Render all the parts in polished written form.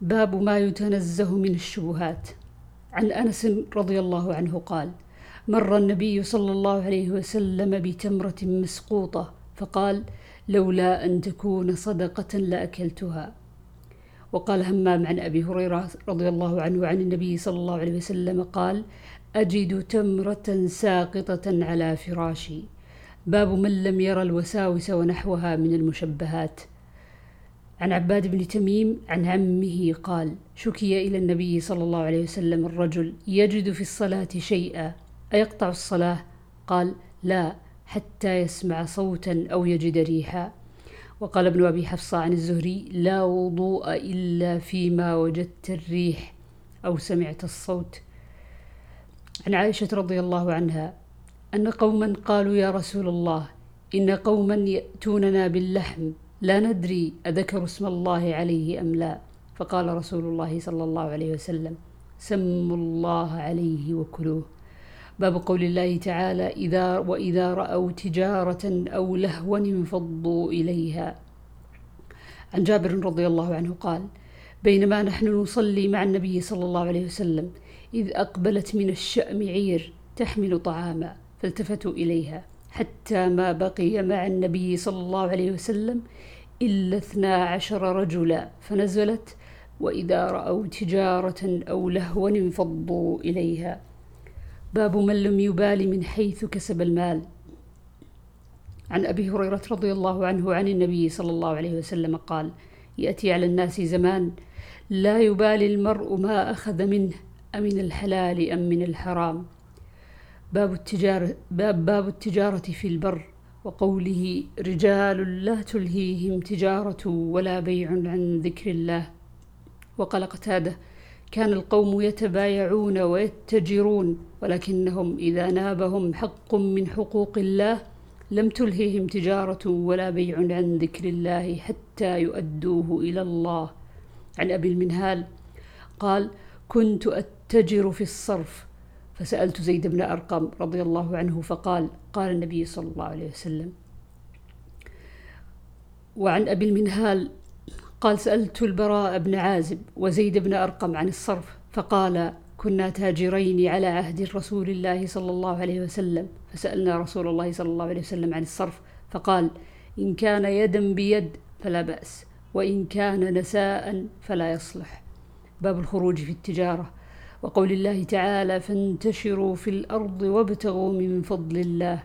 باب ما يتنزه من الشبهات. عن أنس رضي الله عنه قال: مر النبي صلى الله عليه وسلم بتمرة مسقوطة فقال: لولا أن تكون صدقة لأكلتها. وقال همام عن أبي هريرة رضي الله عنه عن النبي صلى الله عليه وسلم قال: أجد تمرة ساقطة على فراشي. باب من لم ير الوساوس ونحوها من المشبهات. عن عباد بن تميم عن عمه قال: شكي إلى النبي صلى الله عليه وسلم الرجل يجد في الصلاة شيئا أيقطع الصلاة؟ قال: لا، حتى يسمع صوتا أو يجد ريحا. وقال ابن أبي حفصة عن الزهري: لا وضوء إلا فيما وجدت الريح أو سمعت الصوت. عن عائشة رضي الله عنها أن قوما قالوا: يا رسول الله، إن قوما يأتوننا باللحم لا ندري أذكر اسم الله عليه أم لا. فقال رسول الله صلى الله عليه وسلم: سموا الله عليه وكلوه. باب قول الله تعالى: وإذا رأوا تجارة أو لهوا انفضوا إليها. عن جابر رضي الله عنه قال: بينما نحن نصلي مع النبي صلى الله عليه وسلم إذ أقبلت من الشأم عير تحمل طعاما، فالتفتوا إليها حتى ما بقي مع النبي صلى الله عليه وسلم إلا 12 رجلا، فنزلت: وإذا رأوا تجارة أو لهوا انفضوا إليها. باب من لم يبال من حيث كسب المال. عن أبي هريرة رضي الله عنه عن النبي صلى الله عليه وسلم قال: يأتي على الناس زمان لا يبالي المرء ما أخذ منه أمن الحلال أم من الحرام. باب التجارة في البر، وقوله: رجال لا تلهيهم تجارة ولا بيع عن ذكر الله. وقال قتادة: كان القوم يتبايعون ويتجرون، ولكنهم إذا نابهم حق من حقوق الله لم تلهيهم تجارة ولا بيع عن ذكر الله حتى يؤدوه إلى الله. عن أبي المنهال قال: كنت أتجر في الصرف فسألت زيد بن أرقم رضي الله عنه فقال: قال النبي صلى الله عليه وسلم. وعن أبي المنهال قال: سألت البراء بن عازب وزيد بن أرقم عن الصرف فقال: كنا تاجرين على عهد رسول الله صلى الله عليه وسلم، فسألنا رسول الله صلى الله عليه وسلم عن الصرف فقال: إن كان يدا بيد فلا بأس، وإن كان نساء فلا يصلح. باب الخروج في التجارة، وقول الله تعالى: فانتشروا في الأرض وابتغوا من فضل الله.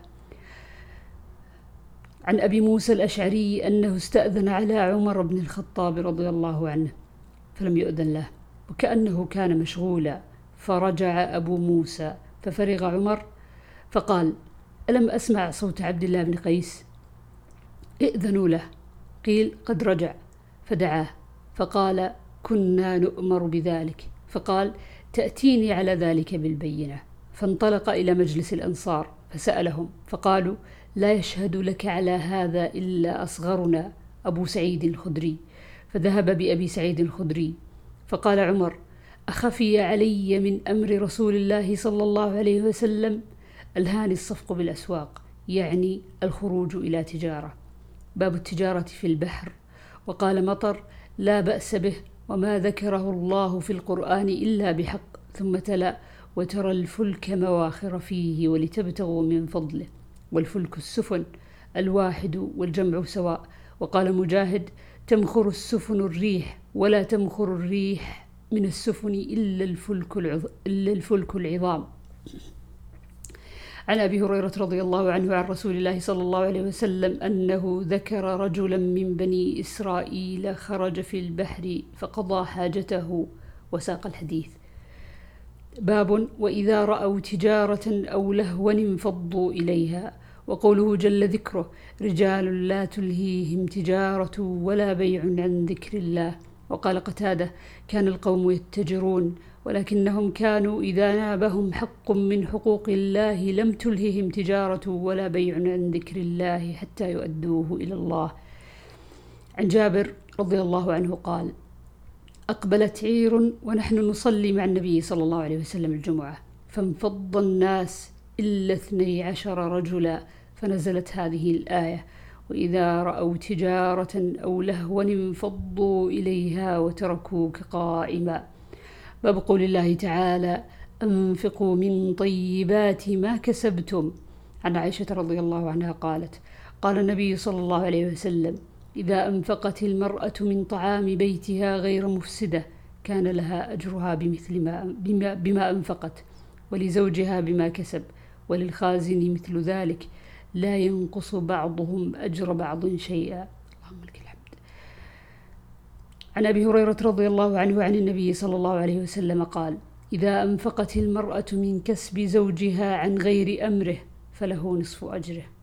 عن أبي موسى الأشعري أنه استأذن على عمر بن الخطاب رضي الله عنه فلم يؤذن له، وكأنه كان مشغولا، فرجع أبو موسى ففرغ عمر فقال: ألم أسمع صوت عبد الله بن قيس؟ ائذنوا له. قيل: قد رجع. فدعاه فقال: كنا نؤمر بذلك. فقال: تأتيني على ذلك بالبينة. فانطلق إلى مجلس الأنصار فسألهم فقالوا: لا يشهد لك على هذا إلا أصغرنا أبو سعيد الخدري. فذهب بأبي سعيد الخدري. فقال عمر: أخفي علي من أمر رسول الله صلى الله عليه وسلم ألهاني الصفق بالأسواق، يعني الخروج إلى تجارة. باب التجارة في البحر، وقال مطر: لا بأس به، وما ذكره الله في القرآن إلا بحق. ثم تلا: وترى الفلك مواخر فيه ولتبتغوا من فضله، والفلك السفن، الواحد والجمع سواء. وقال مجاهد: تمخر السفن الريح، ولا تمخر الريح من السفن إلا الفلك العظام. عن أبي هريرة رضي الله عنه عن رسول الله صلى الله عليه وسلم أنه ذكر رجلا من بني إسرائيل خرج في البحر فقضى حاجته وساق الحديث. باب وإذا رأوا تجارة أو لهوا انفضوا إليها، وقوله جل ذكره: رجال لا تلهيهم تجارة ولا بيع عن ذكر الله. وقال قتادة: كان القوم يتجرون، ولكنهم كانوا إذا نابهم حق من حقوق الله لم تلههم تجارة ولا بيع عن ذكر الله حتى يؤدوه إلى الله. عن جابر رضي الله عنه قال: أقبلت عير ونحن نصلي مع النبي صلى الله عليه وسلم الجمعة، فانفض الناس إلا 12 رجلا، فنزلت هذه الآية: وإذا رأوا تجارة أو لهوا انفضوا إليها وتركوك قائما. باب قول الله تعالى: أنفقوا من طيبات ما كسبتم. عن عائشة رضي الله عنها قالت: قال النبي صلى الله عليه وسلم: إذا أنفقت المرأة من طعام بيتها غير مفسدة كان لها أجرها بمثل بما أنفقت، ولزوجها بما كسب، وللخازن مثل ذلك، لا ينقص بعضهم أجر بعض شيئا. اللهم لك الحمد. عن أبي هريرة رضي الله عنه عن النبي صلى الله عليه وسلم قال: إذا أنفقت المرأة من كسب زوجها عن غير أمره فله نصف أجره.